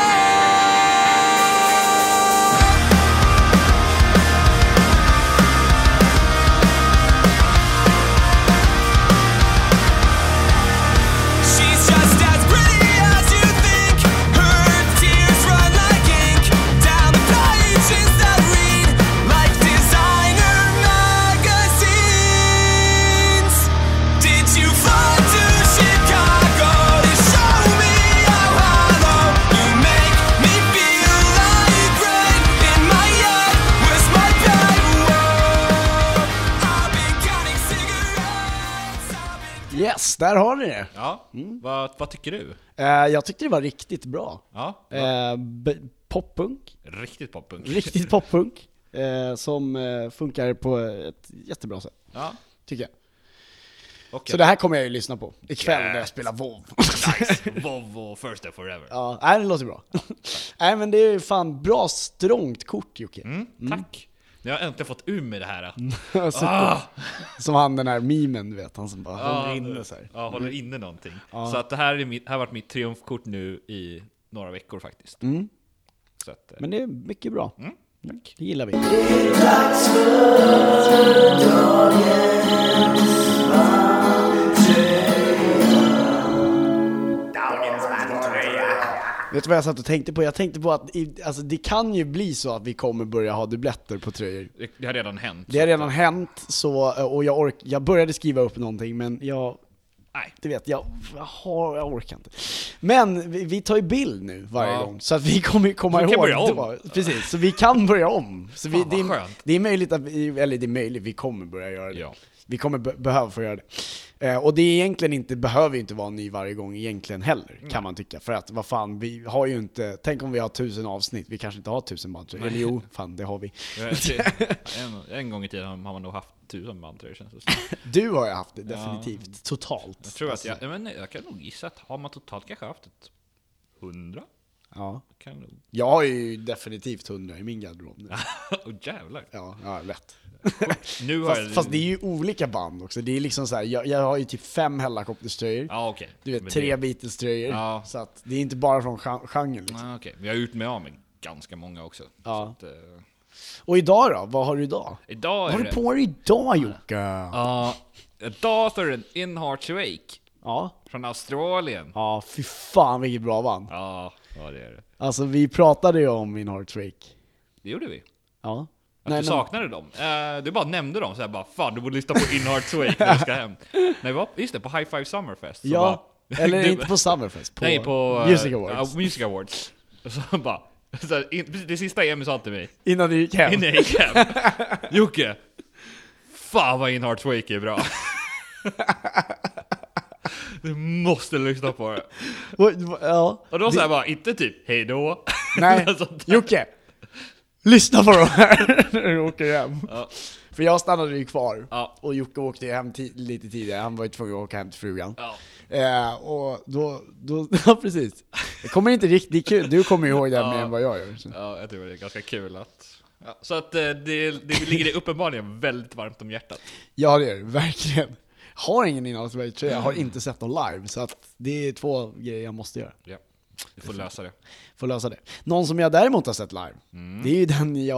She's just as pretty as you think. Her tears run like ink down the pages that read like designer magazines. Did you fly to Chicago to show me how hollow you make me feel like rain in my head was my bed world. I've been counting cigarettes, I've been Yes, där har ni det. Ja, vad tycker du? Jag tyckte det var riktigt bra. Ja, Poppunk. riktigt poppunk. Riktigt poppunk. Som funkar på ett jättebra sätt, Ja, tycker jag. okay. Så det här kommer jag ju lyssna på ikväll när jag spelar WoW. Nice. Volvo First and Forever. Ja, nej, det låter bra. Nej, men det är fan bra strångt kort, Jocke. Tack. Nu har jag äntligen fått ur med det här. Som han, den här memen, du vet, han som bara håller inne så här. Ja, håller inne någonting. Så att det här har varit mitt triumfkort nu i några veckor faktiskt. Så att, Men det är mycket bra. tack. Det gillar vi. Vet du vad jag satt och tänkte på? Jag tänkte på att alltså, det kan ju bli så att vi kommer börja ha dubbletter på tröjor. Det har redan hänt. Det har redan hänt, så, och jag började skriva upp någonting, men du vet, jag orkar inte. Men vi tar ju bild nu varje gång, så att vi kommer komma ihåg. Börja om. Precis, så vi kan börja om. Så Fan, vad skönt. det är möjligt att vi kommer börja göra det. Ja. Vi kommer behöva få göra det. Och det är egentligen behöver ju inte vara ny varje gång egentligen heller, kan man tycka. För att, vad fan, vi har ju inte, tänk om vi har 1000 avsnitt, vi kanske inte har 1000 bandtröjor. Eller jo, fan, det har vi. En gång i tiden har man nog haft 1000 bandtröjor, känns det som. Du har ju haft det, definitivt. Totalt. Jag tror att jag kan nog gissa att har man totalt kanske haft ett 100? Ja. Kan nog. Jag har ju definitivt 100 i min garderob nu. Jävlar. Ja, lätt. Nu har Fast det är ju olika band också. Det är liksom så här, jag har ju typ 5 Hellacopters-tröjor. Ja, okej. Du vet, 3 Beatles-tröjor. Ja. Så att det är inte bara från genren liksom. Ja, okej. Vi har gjort med av med ganska många också. Ja. Så att, Och idag då? Vad har du idag? idag Vad är har det... du på dig idag, Jocke? Ja, idag så är det en In Hearts Wake Ja. från Australien. Ja, fy fan vilket bra band. Ja, det är det. Alltså vi pratade ju om In Hearts Wake. Det gjorde vi. Ja. Att du saknade dem. Du bara nämnde dem så här bara, fan du borde lyssna på In Hearts Wake när du ska hem. Nej, vi var just det, på High Five Summerfest. Så Ja, bara, eller inte på Summerfest, på Music Awards. Music Awards. Så bara, så det sista Emil sa till mig Innan du gick hem. innan jag gick hem. Jocke, fan vad In Hearts Wake är bra. Du måste lyssna på det. Ja. Och då sa jag bara, inte typ, hej då. Nej, Jocke. Lyssna på de här när du åker hem. Ja. För jag stannade ju kvar. Ja. Och Jocke åkte hem lite tidigare. Han var ju tvungen att åka hem till frugan. Ja. Och då ja, precis. Det kommer inte riktigt kul. Du kommer ju ihåg det mer än vad jag gör. Så. Ja, jag tror det är ganska kul att... Ja, så att det ligger det uppenbarligen väldigt varmt om hjärtat. Ja, det är det, verkligen. Har ingen inhalsväg, jag har inte sett dem live. Så att det är 2 grejer jag måste göra. Ja, du får lösa det. Får lösa det. Någon som jag däremot har sett live, det är ju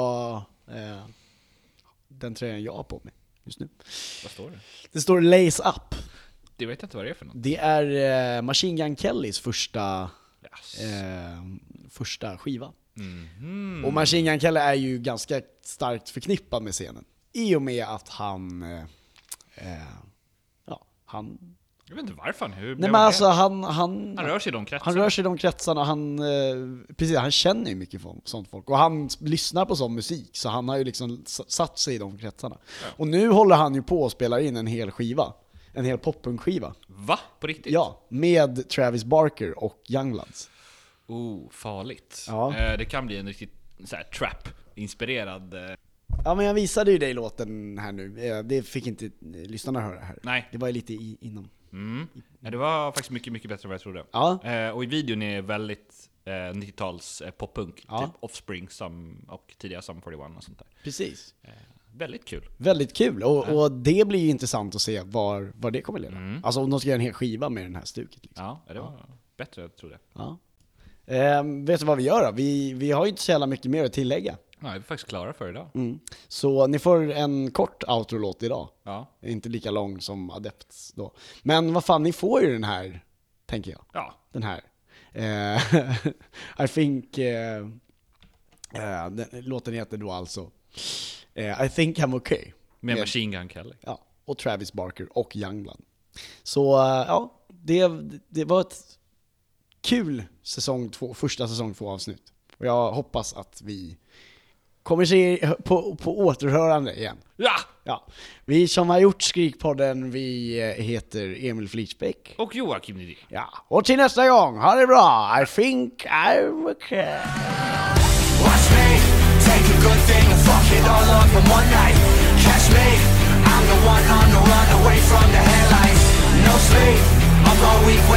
den tröjan jag har på mig just nu. Vad står det? Det står Lace Up. Det vet jag inte vad det är för något. Det är Machine Gun Kellys första skiva. Och Machine Gun Kelly är ju ganska starkt förknippad med scenen. I och med att han Jag vet inte varför Nej, men alltså han rör sig i de kretsarna. Han rör sig i de kretsarna. Precis, han känner ju mycket sånt folk. Och han lyssnar på sån musik. Så han har ju liksom satt sig i de kretsarna. Ja. Och nu håller han ju på att spela in en hel skiva. En hel poppunk-skiva. Va? På riktigt? Ja, med Travis Barker och Youngbloods. Farligt. Ja. Det kan bli en riktigt så här trap-inspirerad... Ja, men jag visade ju dig låten här nu. Det fick inte lyssnarna höra här. Nej. Det var ju lite inom. Ja, det var faktiskt mycket, mycket bättre än vad jag trodde. Ja. Och i videon är väldigt 90-tals poppunk. Ja. Typ Offspring och tidigare Sum 41 och sånt där. Precis. Väldigt kul. Väldigt kul. Och det blir ju intressant att se var det kommer leda. Alltså om de ska göra en hel skiva med den här stuket. Liksom. Ja, det var bättre än jag trodde. Ja. Vet du vad vi gör då? Vi har ju inte så jävla mycket mer att tillägga. Ja, vi är faktiskt klara för idag. Så ni får en kort outro-låt idag. Ja. Inte lika lång som Adepts då. Men vad fan, ni får ju den här, tänker jag. Ja. Den här. I think... låten heter då alltså I think I'm okay. Med Machine Gun Kelly. Ja, och Travis Barker och Youngblood. Så ja, det var ett kul första säsong 2 avsnitt. Och jag hoppas att vi kommer se på återhörande igen. Ja. Vi som har gjort Skrikpodden, vi heter Emil Flietsbäck. Och Joakim Nidé. Ja, och till nästa gång, ha det bra. I think I'm okay. Watch me take a good thing and fuck it all up in one night. Catch me, I'm the one on the run away from the headlights. No sleep, I'm all week.